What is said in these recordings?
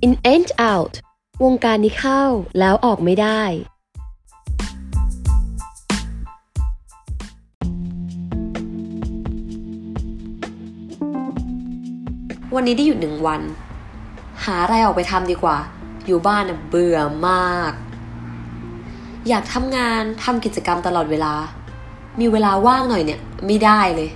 In and out วงการนี้เข้าแล้วออกไม่ได้วันนี้ได้หยุด1 วันหาอะไรออกไปทำดีกว่าอยู่บ้านน่ะเบื่อมากอยากทำงานทำกิจกรรมตลอดเวลามีเวลาว่างหน่อยเนี่ยไม่ได้เลย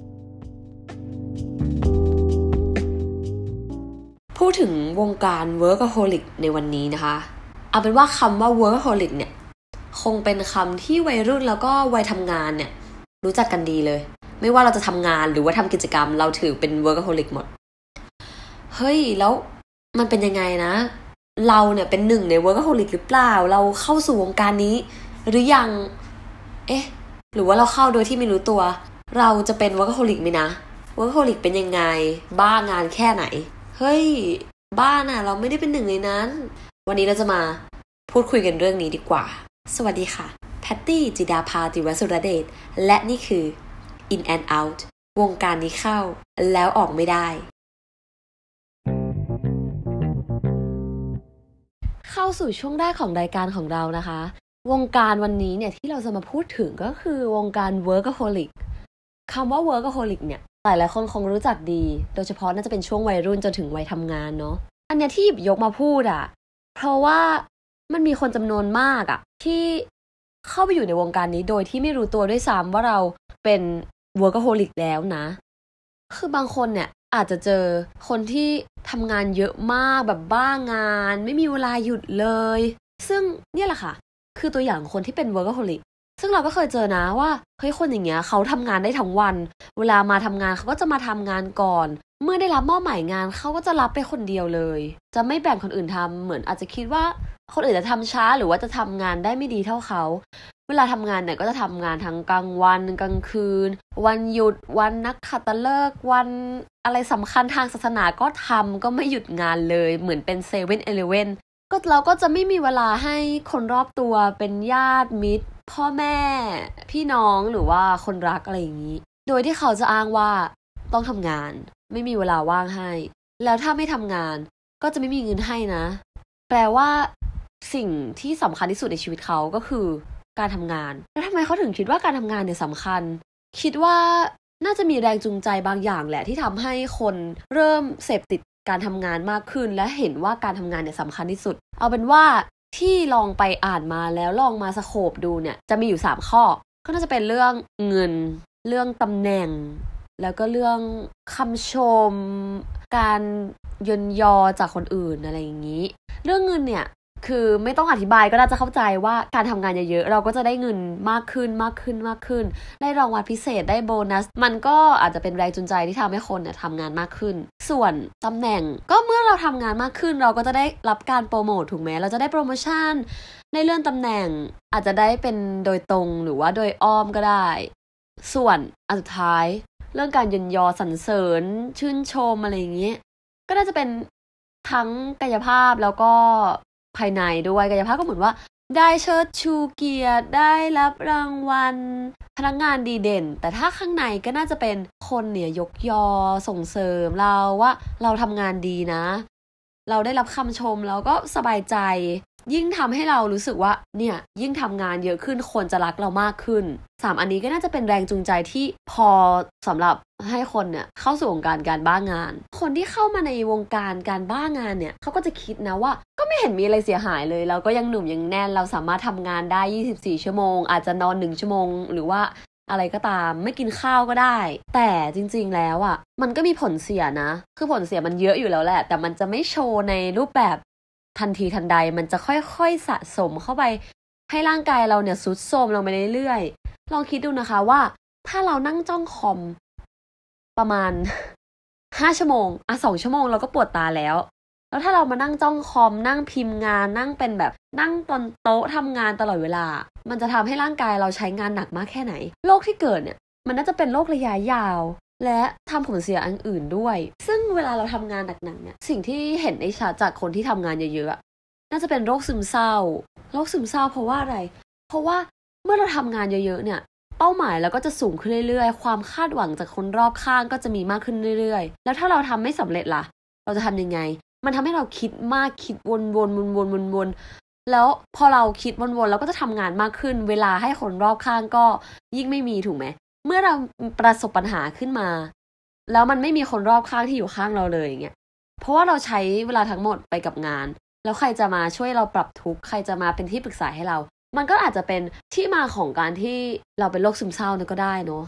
พูดถึงวงการ workaholic ในวันนี้นะคะเอาเป็นว่าคำว่า workaholic เนี่ยคงเป็นคำที่วัยรุ่นแล้วก็วัยทำงานเนี่ยรู้จักกันดีเลยไม่ว่าเราจะทำงานหรือว่าทำกิจกรรมเราถือเป็น workaholic หมดเฮ้ยแล้วมันเป็นยังไงนะเราเนี่ยเป็นหนึ่งใน workaholic หรือเปล่าเราเข้าสู่วงการนี้หรือยังหรือว่าเราเข้าโดยที่ไม่รู้ตัวเราจะเป็น workaholic ไหมนะ workaholic เป็นยังไงบ้างานแค่ไหนเฮ้ยบ้าน่ะเราไม่ได้เป็นหนึ่งในนั้นวันนี้เราจะมาพูดคุยกันเรื่องนี้ดีกว่าสวัสดีค่ะแพตตี้จิดาภาติวสุรเดชและนี่คือ In and Out วงการนี้เข้าแล้วออกไม่ได้เข้าสู่ช่วงแรกของรายการของเรานะคะวงการวันนี้เนี่ยที่เราจะมาพูดถึงก็คือวงการ workaholic คำว่า workaholic เนี่ยหลายคนคงรู้จักดีโดยเฉพาะน่าจะเป็นช่วงวัยรุ่นจนถึงวัยทำงานเนาะอันเนี้ยที่หยิบยกมาพูดเพราะว่ามันมีคนจำนวนมากที่เข้าไปอยู่ในวงการนี้โดยที่ไม่รู้ตัวด้วยซ้ำว่าเราเป็น workaholic แล้วนะคือบางคนเนี่ยอาจจะเจอคนที่ทำงานเยอะมากแบบบ้างานไม่มีเวลาหยุดเลยซึ่งเนี่ยแหละค่ะคือตัวอย่างคนที่เป็น workaholic ซึ่งเราก็เคยเจอนะว่าเฮ้ยคนอย่างเงี้ยเขาทำงานได้ทั้งวันเวลามาทำงานเขาก็จะมาทำงานก่อนเมื่อได้รับมอบหมายงานเขาก็จะรับไปคนเดียวเลยจะไม่แบ่งคนอื่นทำเหมือนอาจจะคิดว่าคนอื่นจะทำช้าหรือว่าจะทำงานได้ไม่ดีเท่าเขาเวลาทำงานเนี่ยก็จะทำงานทั้งกลางวันกลางคืนวันหยุดวันนักขัตฤกษ์วันอะไรสำคัญทางศาสนาก็ทำก็ไม่หยุดงานเลยเหมือนเป็น7-Elevenก็เราก็จะไม่มีเวลาให้คนรอบตัวเป็นญาติมิตรพ่อแม่พี่น้องหรือว่าคนรักอะไรอย่างนี้โดยที่เขาจะอ้างว่าต้องทำงานไม่มีเวลาว่างให้แล้วถ้าไม่ทำงานก็จะไม่มีเงินให้นะแปลว่าสิ่งที่สำคัญที่สุดในชีวิตเขาก็คือการทำงานแล้วทำไมเขาถึงคิดว่าการทำงานเนี่ยสำคัญคิดว่าน่าจะมีแรงจูงใจบางอย่างแหละที่ทำให้คนเริ่มเสพติดการทำงานมากขึ้นและเห็นว่าการทำงานเนี่ยสำคัญที่สุดเอาเป็นว่าที่ลองไปอ่านมาแล้วลองมาสโคปดูเนี่ยจะมีอยู่3ข้อก็น่าจะเป็นเรื่องเงินเรื่องตำแหน่งแล้วก็เรื่องคำชมการยนยอจากคนอื่นอะไรอย่างนี้เรื่องเงินเนี่ยคือไม่ต้องอธิบายก็น่าจะเข้าใจว่าการทำงานเยอะๆเราก็จะได้เงินมากขึ้นได้รางวัลพิเศษได้โบนัสมันก็อาจจะเป็นแรงจูงใจที่ทำให้คนเนี่ยทำงานมากขึ้นส่วนตำแหน่งก็เมื่อเราทำงานมากขึ้นเราก็จะได้รับการโปรโมทถูกไหมเราจะได้โปรโมชั่นในเรื่องตำแหน่งอาจจะได้เป็นโดยตรงหรือว่าโดยอ้อมก็ได้ส่วนอันสุดท้ายเรื่องการยนยอสรรเสริญชื่นชมอะไรอย่างเงี้ยก็น่าจะเป็นทั้งกายภาพแล้วก็ภายในด้วยกายภาพก็เหมือนว่าได้เชิดชูเกียรติได้รับรางวัลพนักงานดีเด่นแต่ถ้าข้างในก็น่าจะเป็นคนเนี่ยยกยอส่งเสริมเราว่าเราทำงานดีนะเราได้รับคำชมแล้วก็สบายใจยิ่งทำให้เรารู้สึกว่าเนี่ยยิ่งทำงานเยอะขึ้นคนจะรักเรามากขึ้น3อันนี้ก็น่าจะเป็นแรงจูงใจที่พอสำหรับให้คนเนี่ยเข้าสู่วงการการบ้างานคนที่เข้ามาในวงการการบ้างานเนี่ยเขาก็จะคิดนะว่าก็ไม่เห็นมีอะไรเสียหายเลยเราก็ยังหนุ่มยังแน่นเราสามารถทำงานได้24ชั่วโมงอาจจะนอน1ชั่วโมงหรือว่าอะไรก็ตามไม่กินข้าวก็ได้แต่จริงๆแล้วมันก็มีผลเสียนะคือผลเสียมันเยอะอยู่แล้วแหละแต่มันจะไม่โชว์ในรูปแบบทันทีทันใดมันจะค่อยๆสะสมเข้าไปให้ร่างกายเราเนี่ยทรุดโทรมลงไปเรื่อยๆลองคิดดูนะคะว่าถ้าเรานั่งจ้องคอมประมาณ5ชั่วโมง2ชั่วโมงเราก็ปวดตาแล้วถ้าเรามานั่งจ้องคอมนั่งพิมพ์งานนั่งเป็นแบบนั่งบนโต๊ะทำงานตลอดเวลามันจะทำให้ร่างกายเราใช้งานหนักมากแค่ไหนโรคที่เกิดเนี่ยมันน่าจะเป็นโรคระยะยาวและทำผลเสียอันอื่นด้วยซึ่งเวลาเราทำงานหนักๆเนี่ยสิ่งที่เห็นได้ชัดจากคนที่ทำงานเยอะๆน่าจะเป็นโรคซึมเศร้าเพราะว่าอะไรเพราะว่าเมื่อเราทำงานเยอะๆเนี่ยเป้าหมายเราก็จะสูงขึ้นเรื่อยๆความคาดหวังจากคนรอบข้างก็จะมีมากขึ้นเรื่อยๆแล้วถ้าเราทำไม่สำเร็จล่ะเราจะทำยังไงมันทำให้เราคิดมากคิดวนแล้วพอเราคิดวนเราก็จะทำงานมากขึ้นเวลาให้คนรอบข้างก็ยิ่งไม่มีถูกไหมเมื่อเราประสบปัญหาขึ้นมาแล้วมันไม่มีคนรอบข้างที่อยู่ข้างเราเลยอย่างเงี้ยเพราะว่าเราใช้เวลาทั้งหมดไปกับงานแล้วใครจะมาช่วยเราปรับทุกข์ใครจะมาเป็นที่ปรึกษาให้เรามันก็อาจจะเป็นที่มาของการที่เราเป็นโรคซึมเศร้าเนี่ยก็ได้เนาะ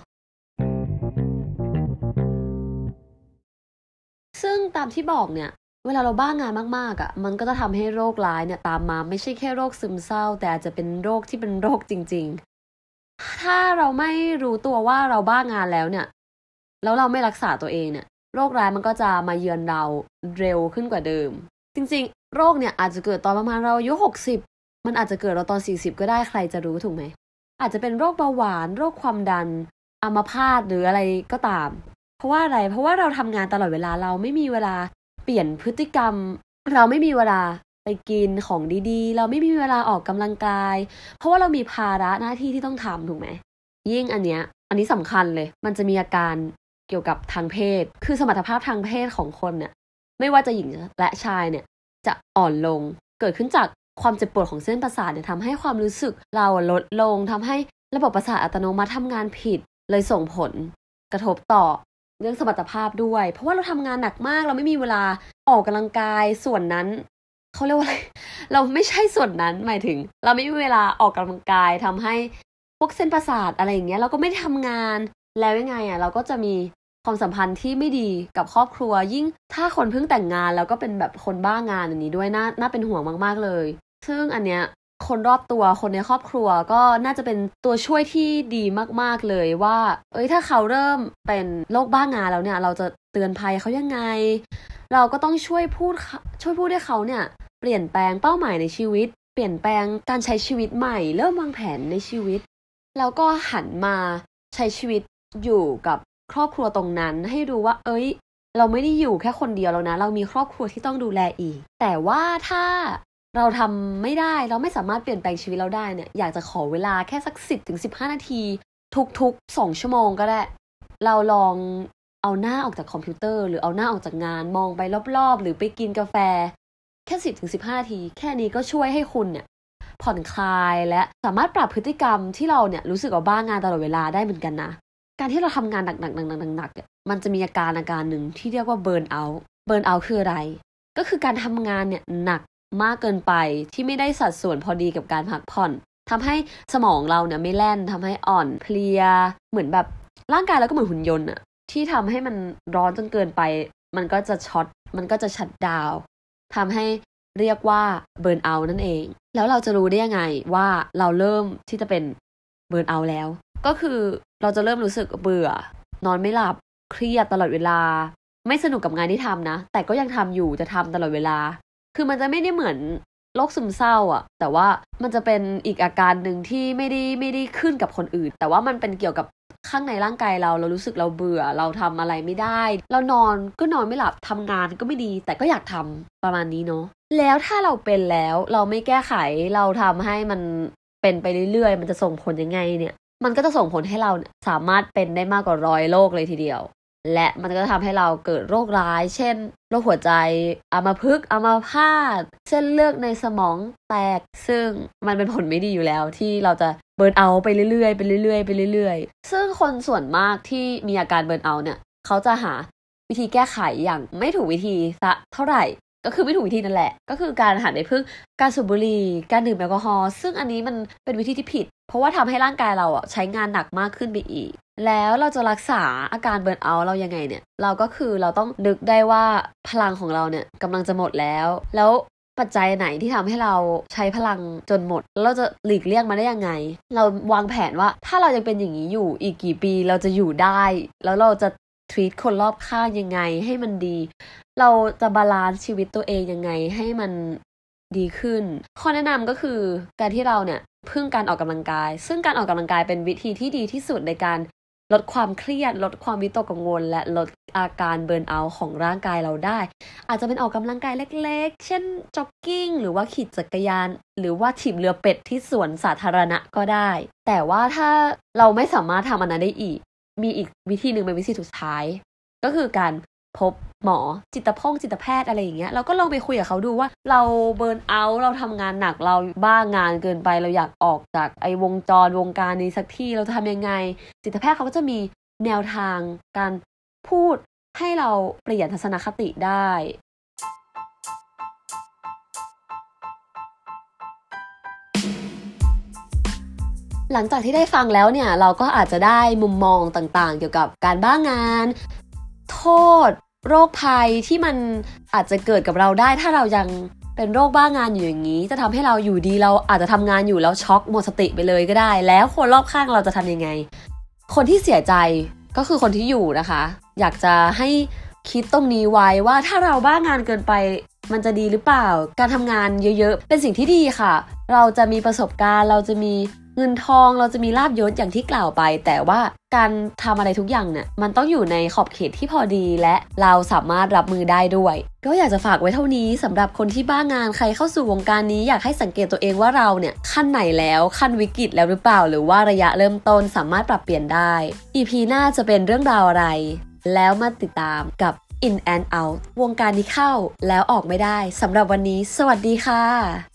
ซึ่งตามที่บอกเนี่ยเวลาเราบ้างานมากๆอ่ะมันก็จะทำให้โรคร้ายเนี่ยตามมาไม่ใช่แค่โรคซึมเศร้าแต่อาจจะเป็นโรคที่เป็นโรคจริงๆถ้าเราไม่รู้ตัวว่าเราบ้างานแล้วเนี่ยแล้วเราไม่รักษาตัวเองเนี่ยโรคร้ายมันก็จะมาเยือนเราเร็วขึ้นกว่าเดิมจริงๆโรคเนี่ยอาจจะเกิดตอนประมาณเราอายุ60มันอาจจะเกิดเราตอน40ก็ได้ใครจะรู้ถูกไหมอาจจะเป็นโรคเบาหวานโรคความดันอัมพาตหรืออะไรก็ตามเพราะว่าอะไรเพราะว่าเราทำงานตลอดเวลาเราไม่มีเวลาเปลี่ยนพฤติกรรมเราไม่มีเวลาไปกินของดีๆเราไม่มีเวลาออกกำลังกายเพราะว่าเรามีภาระหน้าที่ที่ต้องทำถูกไหมยิ่งอันนี้สำคัญเลยมันจะมีอาการเกี่ยวกับทางเพศคือสมรรถภาพทางเพศของคนเนี่ยไม่ว่าจะหญิงและชายเนี่ยจะอ่อนลงเกิดขึ้นจากความเจ็บปวดของเส้นประสาทเนี่ยทำให้ความรู้สึกเราลดลงทำให้ระบบประสาทอัตโนมัติทำงานผิดเลยส่งผลกระทบต่อเรื่องสมรรถภาพด้วยเพราะว่าเราทำงานหนักมากเราไม่มีเวลาออกกำลังกายส่วนนั้นเขาเรียกว่าอะไรเราไม่ใช่ส่วนนั้นหมายถึงเราไม่มีเวลาออกกำลังกายทำให้พวกเส้นประสาทอะไรอย่างเงี้ยเราก็ไม่ได้ทำงานแล้วยังไงเราก็จะมีความสัมพันธ์ที่ไม่ดีกับครอบครัวยิ่งถ้าคนเพิ่งแต่งงานแล้วก็เป็นแบบคนบ้างานอันนี้ด้วยน่าเป็นห่วงมากๆเลยซึ่งอันเนี้ยคนรอบตัวคนในครอบครัวก็น่าจะเป็นตัวช่วยที่ดีมากๆเลยว่าถ้าเขาเริ่มเป็นโรคบ้างานแล้วเนี่ยเราจะเตือนภัยเขายังไงเราก็ต้องช่วยพูดให้เขาเนี่ยเปลี่ยนแปลงเป้าหมายในชีวิตเปลี่ยนแปลงการใช้ชีวิตใหม่เริ่มวางแผนในชีวิตแล้วก็หันมาใช้ชีวิตอยู่กับครอบครัวตรงนั้นให้รู้ว่าเราไม่ได้อยู่แค่คนเดียวแล้วนะเรามีครอบครัวที่ต้องดูแลอีกแต่ว่าถ้าเราทำไม่ได้เราไม่สามารถเปลี่ยนแปลงชีวิตเราได้เนี่ยอยากจะขอเวลาแค่สัก10-15 นาทีทุกๆ2 ชั่วโมงก็ได้เราลองเอาหน้าออกจากคอมพิวเตอร์หรือเอาหน้าออกจากงานมองไปรอบๆหรือไปกินกาแฟแค่10-15 นาทีแค่นี้ก็ช่วยให้คุณเนี่ยผ่อนคลายและสามารถปรับพฤติกรรมที่เราเนี่ยรู้สึกว่าบ้างานตลอดเวลาได้เหมือนกันนะการที่เราทำงานหนักๆเนี่ยมันจะมีอาการหนึ่งที่เรียกว่าเบิร์นเอาท์คืออะไรก็คือการทำงานเนี่ยหนักมากเกินไปที่ไม่ได้สัดส่วนพอดีกับการพักผ่อนทำให้สมองเราเนี่ยไม่แล่นทำให้อ่อนเพลียเหมือนแบบร่างกายเราก็เหมือนหุ่นยนต์อะที่ทำให้มันร้อนจนเกินไปมันก็จะช็อตมันก็จะชัตดาวน์ทำให้เรียกว่าเบิร์นเอาท์นั่นเองแล้วเราจะรู้ได้ยังไงว่าเราเริ่มที่จะเป็นเบิร์นเอาท์แล้วก็คือเราจะเริ่มรู้สึกเบื่อนอนไม่หลับเครียดตลอดเวลาไม่สนุกกับงานที่ทำนะแต่ก็ยังทำอยู่จะทำตลอดเวลาคือมันจะไม่ได้เหมือนโรคซึมเศร้าอ่ะแต่ว่ามันจะเป็นอีกอาการหนึ่งที่ไม่ได้ขึ้นกับคนอื่นแต่ว่ามันเป็นเกี่ยวกับข้างในร่างกายเรารู้สึกเราเบื่อเราทำอะไรไม่ได้เรานอนก็นอนไม่หลับทำงานก็ไม่ดีแต่ก็อยากทำประมาณนี้เนาะแล้วถ้าเราเป็นแล้วเราไม่แก้ไขเราทำให้มันเป็นไปเรื่อยๆมันจะส่งผลยังไงเนี่ยมันก็จะส่งผลให้เราสามารถเป็นได้มากกว่า100 โรคเลยทีเดียวและมันก็จะทำให้เราเกิดโรคร้ายเช่นโรคหัวใจอัมพฤกษ์อัมพาตเส้นเลือดในสมองแตกซึ่งมันเป็นผลไม่ดีอยู่แล้วที่เราจะเบิร์นเอาท์ไปเรื่อยๆซึ่งคนส่วนมากที่มีอาการเบิร์นเอาท์เนี่ยเขาจะหาวิธีแก้ไขอย่างไม่ถูกวิธีซะเท่าไหร่ก็คือไม่ถูกวิธีนั่นแหละก็คือการหันไปพึ่งการสูบบุหรี่การดื่มแอลกอฮอล์ซึ่งอันนี้มันเป็นวิธีที่ผิดเพราะว่าทำให้ร่างกายเราใช้งานหนักมากขึ้นไปอีกแล้วเราจะรักษาอาการเบิร์นเอาท์เรายังไงเนี่ยเราก็คือเราต้องนึกได้ว่าพลังของเราเนี่ยกำลังจะหมดแล้วปัจจัยไหนที่ทำให้เราใช้พลังจนหมดแล้วเราจะหลีกเลี่ยงมาได้ยังไงเราวางแผนว่าถ้าเรายังเป็นอย่างนี้อยู่อีกกี่ปีเราจะอยู่ได้แล้วเราจะtreat คนรอบข้างยังไงให้มันดีเราจะบาลานซ์ชีวิตตัวเองยังไงให้มันดีขึ้นข้อแนะนำก็คือการที่เราเนี่ยพึ่งการออกกำลังกายซึ่งการออกกำลังกายเป็นวิธีที่ดีที่สุดในการลดความเครียดลดความวิตกกังวลและลดอาการเบิร์นเอาท์ของร่างกายเราได้อาจจะเป็นออกกำลังกายเล็กๆเช่นจ็อกกิ้งหรือว่าขี่จักรยานหรือว่าถีบเรือเป็ดที่สวนสาธารณะก็ได้แต่ว่าถ้าเราไม่สามารถทำอันนั้นได้อีกมีอีกวิธีหนึ่งเป็นวิธีสุดท้ายก็คือการพบหมอจิตแพทย์อะไรอย่างเงี้ยเราก็ลองไปคุยกับเขาดูว่าเราเบิร์นเอาท์เราทำงานหนักเราบ้างานเกินไปเราอยากออกจากไอ้วงการนี้สักที่เราจะทำยังไงจิตแพทย์เขาก็จะมีแนวทางการพูดให้เราเปลี่ยนทัศนคติได้หลังจากที่ได้ฟังแล้วเนี่ยเราก็อาจจะได้มุมมองต่างๆเกี่ยวกับการบ้างานโทษโรคภัยที่มันอาจจะเกิดกับเราได้ถ้าเรายังเป็นโรคบ้างานอยู่อย่างนี้จะทำให้เราอยู่ดีเราอาจจะทำงานอยู่แล้วช็อกหมดสติไปเลยก็ได้แล้วคนรอบข้างเราจะทำยังไงคนที่เสียใจก็คือคนที่อยู่นะคะอยากจะให้คิดตรงนี้ไว้ว่าถ้าเราบ้างานเกินไปมันจะดีหรือเปล่าการทำงานเยอะๆเป็นสิ่งที่ดีค่ะเราจะมีประสบการณ์เราจะมีเงินทองเราจะมีลาภยศอย่างที่กล่าวไปแต่ว่าการทำอะไรทุกอย่างเนี่ยมันต้องอยู่ในขอบเขตที่พอดีและเราสามารถรับมือได้ด้วยก็อยากจะฝากไว้เท่านี้สำหรับคนที่บ้างานใครเข้าสู่วงการนี้อยากให้สังเกตตัวเองว่าเราเนี่ยขั้นไหนแล้วขั้นวิกฤตแล้วหรือเปล่าหรือว่าระยะเริ่มต้นสามารถปรับเปลี่ยนได้ EP หน้าจะเป็นเรื่องราวอะไรแล้วมาติดตามกับ In and Out วงการนี้เข้าแล้วออกไม่ได้สำหรับวันนี้สวัสดีค่ะ